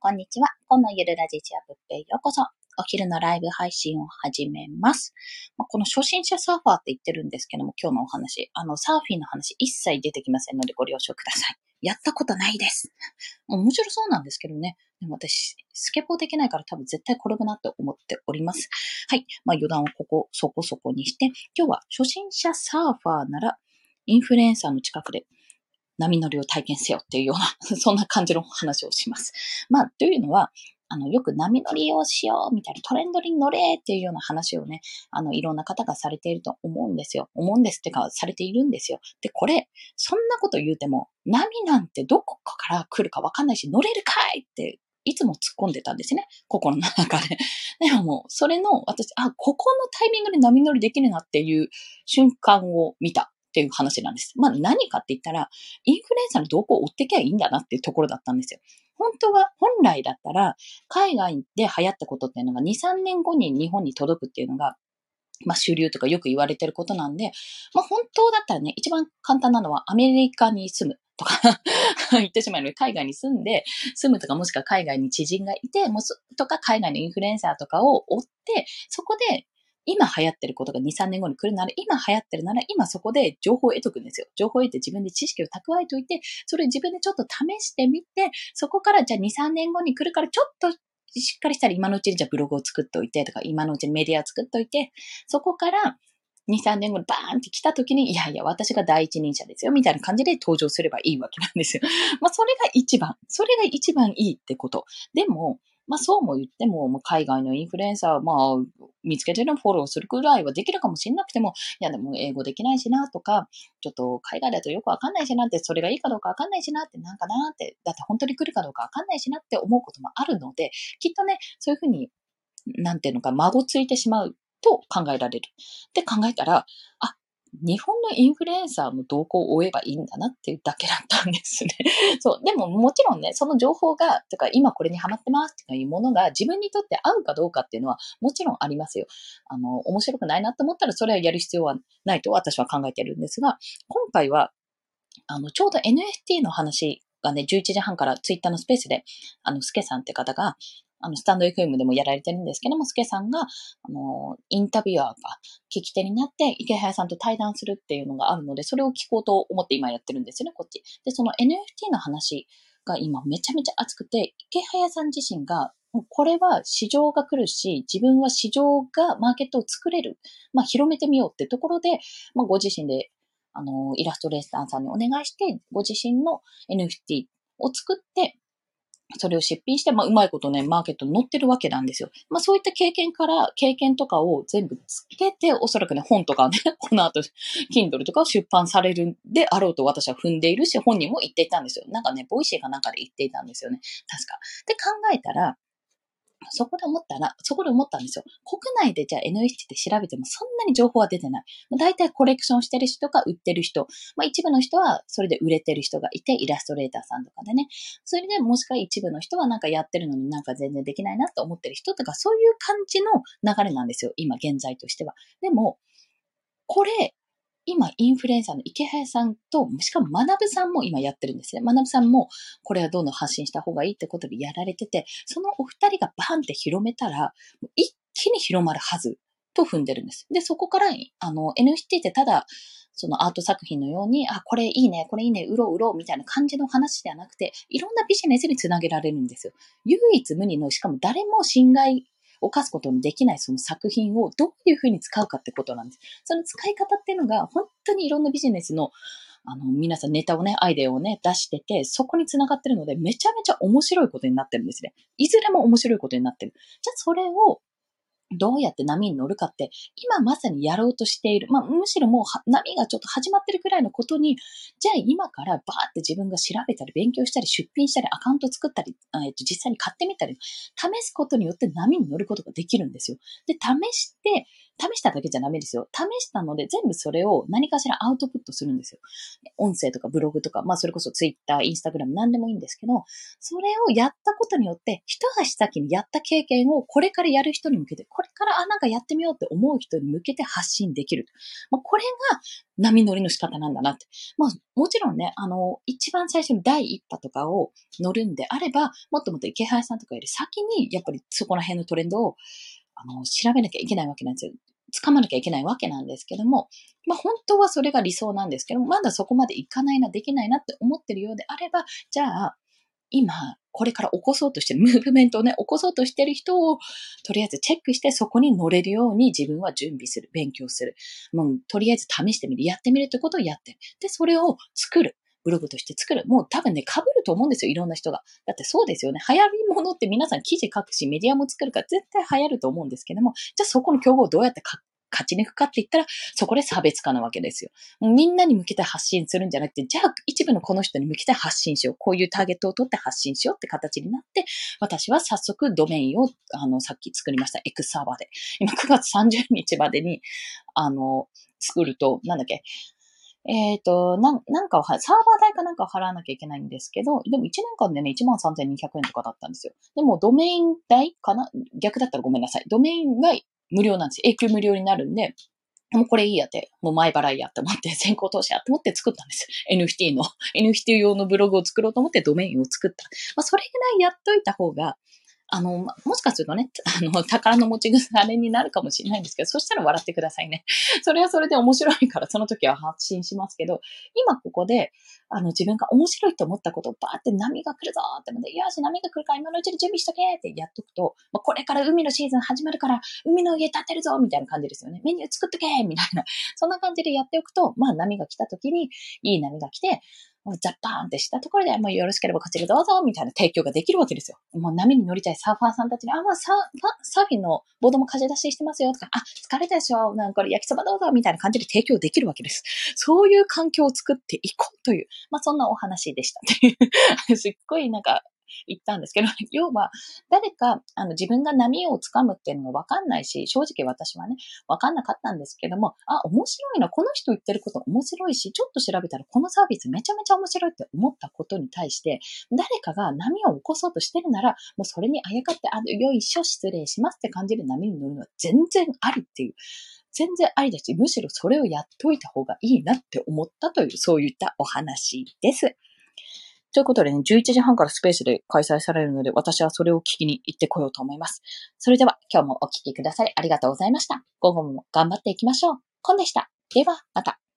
こんにちは。今のゆるラジチアップへようこそ。お昼のライブ配信を始めます。この初心者サーファーって言ってるんですけども、今日のお話、サーフィンの話一切出てきませんのでご了承ください。やったことないです。面白そうなんですけどね。でも私、スケボーできないから多分絶対転ぶなって思っております。はい。余談をそこそこにして、今日は初心者サーファーなら、インフルエンサーの近くで波乗りを体験せよっていうような、そんな感じの話をします。というのは、よく波乗りをしようみたいなトレンドに乗れっていうような話をね、いろんな方がされていると思うんですよ。思うんですってか、されているんですよ。で、これ、そんなこと言うても、波なんてどこから来るかわかんないし、乗れるかいっていつも突っ込んでたんですね。心の中で。でももう、それの、私、ここのタイミングで波乗りできるなっていう瞬間を見たっていう話なんです。何かって言ったら、インフルエンサーの動向を追ってきゃいいんだなっていうところだったんですよ。本来だったら、海外で流行ったことっていうのが2、3年後に日本に届くっていうのが、主流とかよく言われてることなんで、本当だったらね、一番簡単なのはアメリカに住むとか言ってしまうので、海外に住むとか、もしくは海外に知人がいて、とか海外のインフルエンサーとかを追って、そこで今流行ってることが2、3年後に来るなら、今流行ってるなら、今そこで情報を得とくんですよ。情報を得て自分で知識を蓄えておいて、それを自分でちょっと試してみて、そこからじゃあ2、3年後に来るからちょっとしっかりしたら今のうちにじゃあブログを作っておいてとか、今のうちにメディアを作っておいて、そこから2、3年後にバーンって来た時に、いやいや、私が第一人者ですよ、みたいな感じで登場すればいいわけなんですよ。それが一番いいってこと。でも、そうも言っても、海外のインフルエンサー、見つけてのフォローするくらいはできるかもしれなくても、いやでも英語できないしなとか、ちょっと海外だとよくわかんないしなって、それがいいかどうかわかんないしなって、なんかなって、だって本当に来るかどうかわかんないしなって思うこともあるので、きっとね、そういうふうに、なんていうのか、孫ついてしまうと考えられる。って考えたら、日本のインフルエンサーの動向を追えばいいんだなっていうだけだったんですね。そう。でももちろんね、その情報が、とか今これにハマってますっていうものが自分にとって合うかどうかっていうのはもちろんありますよ。面白くないなと思ったらそれはやる必要はないと私は考えてるんですが、今回は、ちょうど NFT の話がね、11時半からツイッターのスペースで、スケさんって方が、スタンド FM でもやられてるんですけども、スケさんが、インタビュアーが聞き手になって、池早さんと対談するっていうのがあるので、それを聞こうと思って今やってるんですよね、こっち。で、その NFT の話が今めちゃめちゃ熱くて、池早さん自身が、これは市場が来るし、自分は市場がマーケットを作れる。広めてみようってところで、ご自身で、イラストレーターさんにお願いして、ご自身の NFT を作って、それを出品して、うまいことね、マーケットに載ってるわけなんですよ。そういった経験とかを全部つけて、おそらくね、本とかね、この後、Kindle とか出版されるであろうと私は踏んでいるし、本人も言っていたんですよ。なんかね、ボイシーかなんかで言っていたんですよね。確か。で考えたら、そこで思ったんですよ。国内でじゃあ NFT って調べてもそんなに情報は出てない。大体コレクションしてる人か売ってる人。一部の人はそれで売れてる人がいて、イラストレーターさんとかでね。それでもしくは一部の人はなんかやってるのになんか全然できないなと思ってる人とか、そういう感じの流れなんですよ。今現在としては。でも、これ、今、インフルエンサーの池早さんと、しかも学さんも今やってるんですね。学さんも、これはどんどん発信した方がいいってことでやられてて、そのお二人がバーンって広めたら、一気に広まるはずと踏んでるんです。で、そこから、NFT ってただ、そのアート作品のように、これいいね、売ろう、みたいな感じの話ではなくて、いろんなビジネスにつなげられるんですよ。唯一無二の、しかも誰も侵害犯すことのできないその作品をどういうふうに使うかってことなんです。その使い方っていうのが本当にいろんなビジネスの皆さんネタをね、アイデアをね、出してて、そこに繋がってるので、めちゃめちゃ面白いことになってるんですね。いずれも面白いことになってる。じゃあそれをどうやって波に乗るかって、今まさにやろうとしている。むしろもう波がちょっと始まってるくらいのことに、じゃあ今からバーって自分が調べたり、勉強したり、出品したり、アカウント作ったり、実際に買ってみたり、試すことによって波に乗ることができるんですよ。で、試して、 試しただけじゃダメですよ。試したので全部それを何かしらアウトプットするんですよ。音声とかブログとか、それこそツイッター、インスタグラム何でもいいんですけど、それをやったことによって、一足先にやった経験をこれからやる人に向けて、これからなんかやってみようって思う人に向けて発信できる。これが波乗りの仕方なんだなって。もちろんね、一番最初に第一波とかを乗るんであれば、もっともっと池原さんとかより先に、やっぱりそこら辺のトレンドを、調べなきゃいけないわけなんですよ。掴まなきゃいけないわけなんですけども、本当はそれが理想なんですけども、まだそこまでいかないな、できないなって思ってるようであれば、じゃあ、今、これから起こそうとしてる、ムーブメントをね、起こそうとしてる人を、とりあえずチェックして、そこに乗れるように自分は準備する、勉強する。とりあえず試してみる、やってみるってことをやってる。で、それを作る。ブログとして作る。もう多分ね、被ると思うんですよ、いろんな人が。だってそうですよね。流行り物って皆さん記事書くし、メディアも作るから絶対流行ると思うんですけども、じゃあそこの競合をどうやって勝ち抜くかって言ったら、そこで差別化なわけですよ。みんなに向けて発信するんじゃなくて、じゃあ一部のこの人に向けて発信しよう。こういうターゲットを取って発信しようって形になって、私は早速ドメインを、さっき作りました。X サーバーで。今9月30日までに、作ると、なんだっけ、なんかをサーバー代かなんかを払わなきゃいけないんですけど、でも1年間でね、13,200円とかだったんですよ。でもドメイン代かな逆だったらごめんなさい。ドメインが無料なんです。永久無料になるんで、もうこれいいやって、もう前払いやって思って、先行投資やって思って作ったんです。NFT 用のブログを作ろうと思ってドメインを作った。それぐらいやっといた方が、もしかするとね、宝の持ち腐れになるかもしれないんですけど、そしたら笑ってくださいね。それはそれで面白いから、その時は発信しますけど、今ここで、自分が面白いと思ったことをバーって波が来るぞって思って、よし、波が来るから今のうちに準備しとけってやっとくと、これから海のシーズン始まるから、海の家建てるぞみたいな感じですよね。メニュー作っとけみたいな。そんな感じでやっておくと、波が来た時に、いい波が来て、ザッパーンってしたところで、もうよろしければこちらどうぞみたいな提供ができるわけですよ。もう波に乗りたいサーファーさんたちに、サーフィンのボードも貸し出ししてますよとか、疲れたでしょなんかこれ焼きそばどうぞみたいな感じで提供できるわけです。そういう環境を作っていこうという、そんなお話でしたね。すっごいなんか、言ったんですけど、要は、誰か、自分が波をつかむっていうのがわかんないし、正直私はね、わかんなかったんですけども、面白いな、この人言ってること面白いし、ちょっと調べたらこのサービスめちゃめちゃ面白いって思ったことに対して、誰かが波を起こそうとしてるなら、もうそれにあやかって、よいしょ、失礼しますって感じで波に乗るのは全然ありっていう。全然ありだし、むしろそれをやっといた方がいいなって思ったという、そういったお話です。ということでね、11時半からスペースで開催されるので、私はそれを聞きに行ってこようと思います。それでは、今日もお聞きくださりありがとうございました。午後も頑張っていきましょう。コンでした。では、また。